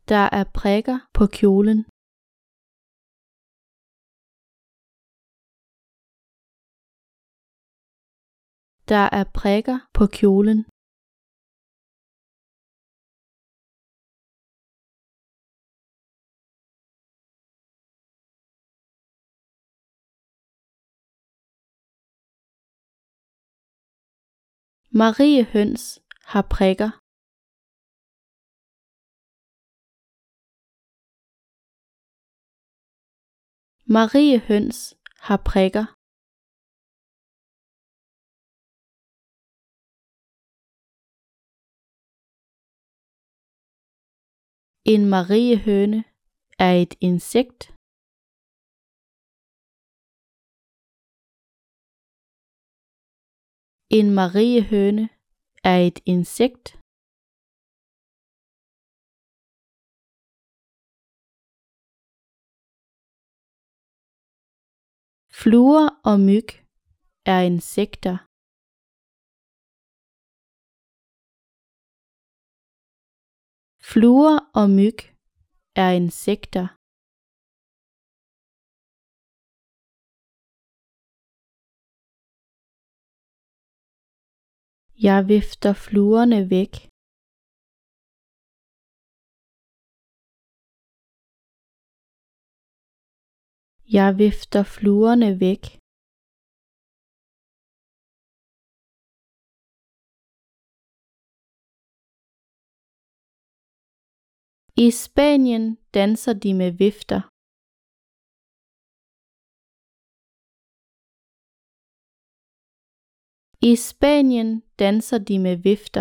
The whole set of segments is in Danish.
Der er prikker på kjolen. Der er prikker på kjolen. Marie høns har prikker. Marie høns har prikker. En mariehøne er et insekt. En mariehøne er et insekt. Fluer og myg er insekter. Fluer og myg er insekter. Jeg vifter fluerne væk. Jeg vifter fluerne væk. I Spanien danser de med vifter. I Spanien danser de med vifter.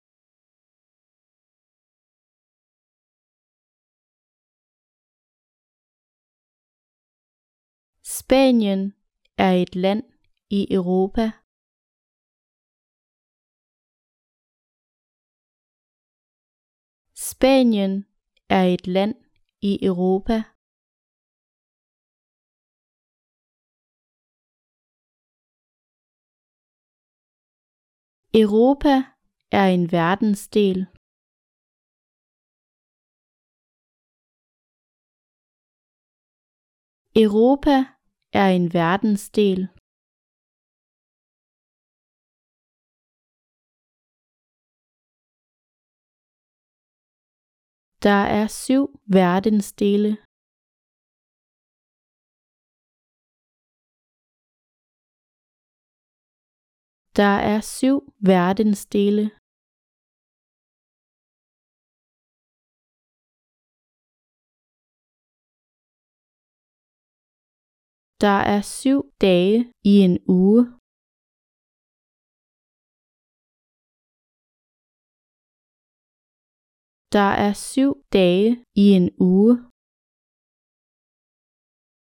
Spanien er et land i Europa. Spanien er et land i Europa. Europa er en verdensdel. Europa er en verdensdel. Der er 7 verdensdele. Der er 7 verdensdele. Der er 7 dage i en uge. Der er 7 dage i en uge.